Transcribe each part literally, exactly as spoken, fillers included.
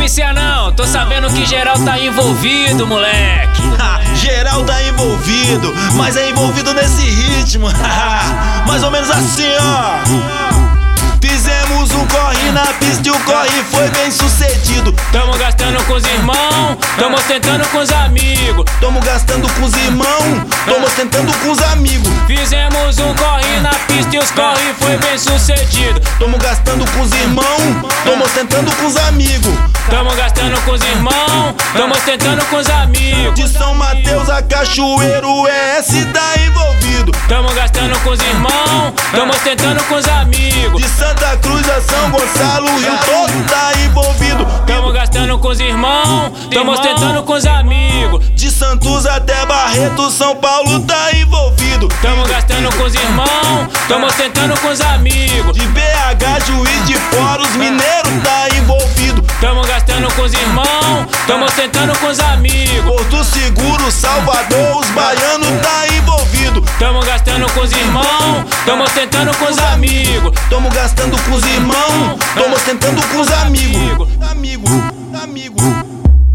M C Anão, tô sabendo que geral tá envolvido, moleque. Ha, geral tá envolvido, mas é envolvido nesse ritmo. Mais ou menos assim, ó. Fizemos um corre na pista e o corre foi bem sucedido. Tamo gastando com os irmãos, tamo ostentando com os amigos. Tamo gastando com os irmãos, tamo ostentando com os amigos. Fizemos um corre na pista e os corre foi bem sucedido. Tamo gastando com os irmãos, tamo ostentando com os amigos. Tamo gastando com os irmãos, tamo ostentando com os amigos. De São Mateus a Cachoeiro, o E S tá envolvido. Tamo gastando com os irmãos, tamo ostentando com os amigos. De Santa Cruz a São Gonçalo, o Rio todo tá envolvido. Tamo gastando com os irmãos, tamo ostentando com os amigos. De Santos até Barreto, São Paulo tá envolvido. Tamo gastando com os irmãos, tamo ostentando com os amigos. De B H, Juiz de Fora, os mineiros tá envolvido. Tamo gastando com os irmãos, tamo ostentando com os amigos. Porto Seguro, Salvador, os baianos tá envolvido. Tamo gastando com os irmãos, tamo ostentando com os amigos. Tamo gastando com os irmãos, tamo ostentando com os amigos. Amigo, amigo.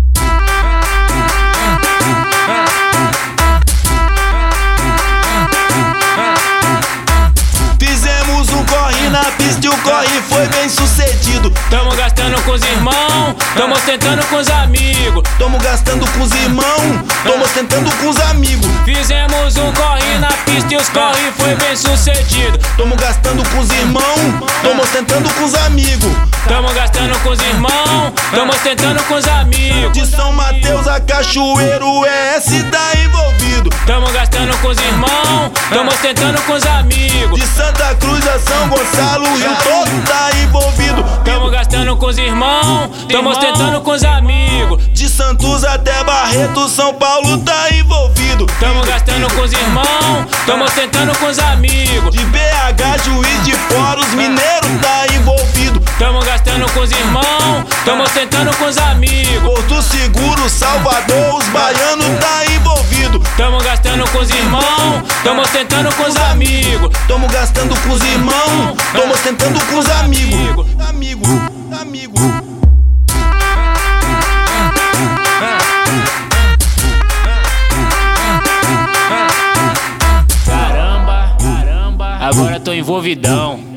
Fizemos um corre na pista e o corre foi bem sucedido. Tamo gastando com os irmãos, tamo ostentando com os amigos. Tamo gastando com os irmãos, tamo ostentando com os amigos. Fizemos um corre na pista e os corre foi bem sucedido. Tamo gastando com os irmãos, tamo ostentando com os amigos. Tamo gastando com os irmãos, tamo ostentando com os amigos. De São Mateus a Cachoeiro, o E S tá envolvido. Tamo gastando com os irmãos, tamo ostentando com os amigos. De Santa Cruz a São Gonçalo, o Rio todo tá envolvido. Tamo gastando com os irmãos, tamo ostentando com os amigos. De Santos até Barreto, São Paulo tá envolvido. Tamo gastando com os irmãos, tamo ostentando com os amigos. De B H, Juiz de Fora, os mineiros tá envolvido. Tamo gastando com os irmãos, tamo ostentando com os amigos. Porto Seguro, Salvador, os baianos tá envolvido. Tamo gastando com os irmãos, tamo ostentando com os amigos. Tamo gastando com os irmãos, tamo ostentando com os amigos. Amigo, amigo. Caramba, caramba, agora tô envolvidão.